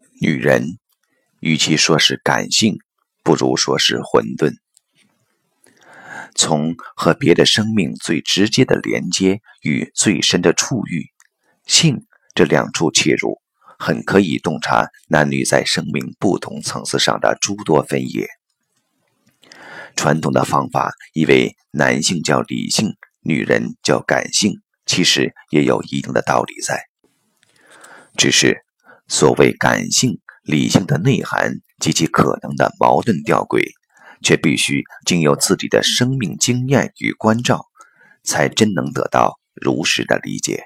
女人与其说是感性，不如说是混沌。从和别的生命最直接的连接与最深的触遇，性这两处切入，很可以洞察男女在生命不同层次上的诸多分野。传统的方法以为男性叫理性，女人叫感性，其实也有一定的道理在。只是所谓感性、理性的内涵及其可能的矛盾吊诡，却必须经由自己的生命经验与关照，才真能得到如实的理解。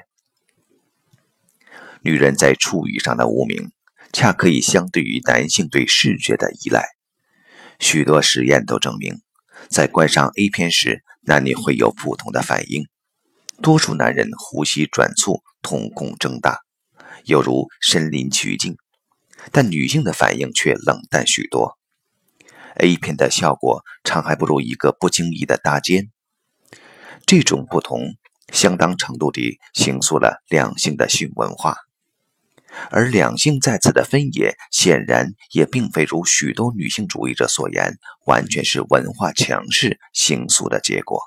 女人在触遇上的无明，恰可以相对于男性对视觉的依赖。许多实验都证明，在观赏 A 片时，男女会有不同的反应。多数男人呼吸转促，瞳孔睁大，犹如身临其境，但女性的反应却冷淡许多。A 片的效果常还不如一个不经意的搭肩。这种不同相当程度地形塑了两性的性文化，而两性在此的分野显然也并非如许多女性主义者所言，完全是文化强势形塑的结果。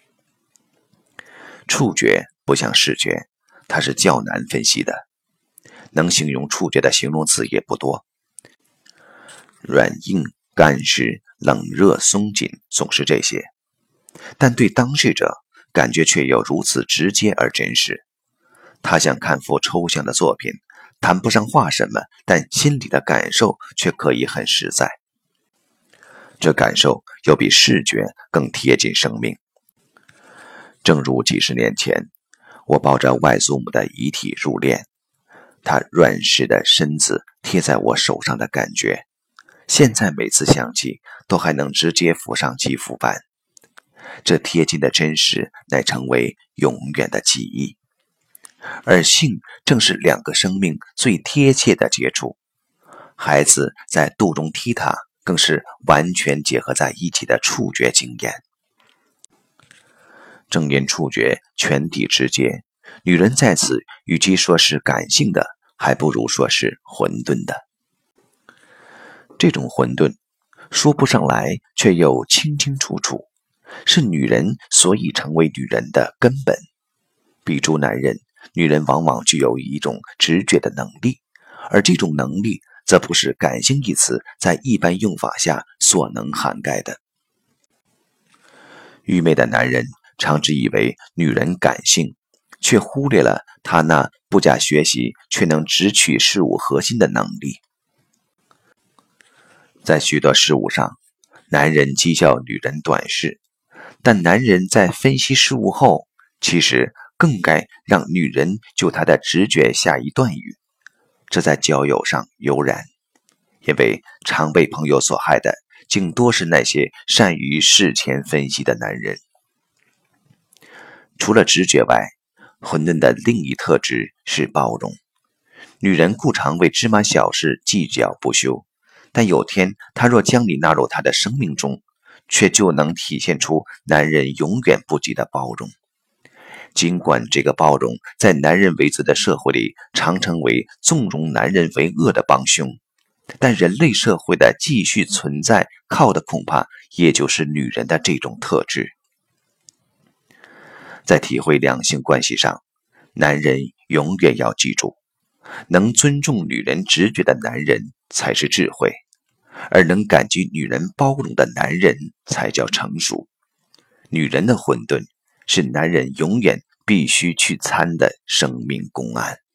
触觉不像视觉，它是较难分析的，能形容触觉的形容词也不多。软硬、干湿、冷热、松紧，总是这些，但对当事者感觉却又如此直接而真实。他像看幅抽象的作品，谈不上画什么，但心里的感受却可以很实在。这感受又比视觉更贴近生命。正如几十年前，我抱着外祖母的遗体入殓，她软实的身子贴在我手上的感觉，现在每次想起，都还能直接浮上肌肤般。这贴近的真实，乃成为永远的记忆。而性正是两个生命最贴切的接触。孩子在肚中踢踏，更是完全结合在一起的触觉经验。正因触觉全体直接，女人在此与其说是感性的，还不如说是混沌的。这种混沌说不上来，却又清清楚楚，是女人所以成为女人的根本。比诸男人，女人往往具有一种直觉的能力，而这种能力则不是感性一词在一般用法下所能涵盖的。愚昧的男人常只以为女人感性，却忽略了她那不假学习却能直取事物核心的能力。在许多事物上，男人讥笑女人短视，但男人在分析事物后，其实更该让女人就她的直觉下一断语。这在交友上尤然，因为常被朋友所害的，竟多是那些善于事前分析的男人。除了直觉外，混沌的另一特质是包容。女人故常为芝麻小事计较不休，但有天她若将你纳入她的生命中，却就能体现出男人永远不及的包容。尽管这个包容在男人为子的社会里常成为纵容男人为恶的帮凶，但人类社会的继续存在靠的恐怕也就是女人的这种特质。在体会两性关系上，男人永远要记住，能尊重女人直觉的男人才是智慧，而能感激女人包容的男人才叫成熟。女人的混沌是男人永远必须去参的生命公案。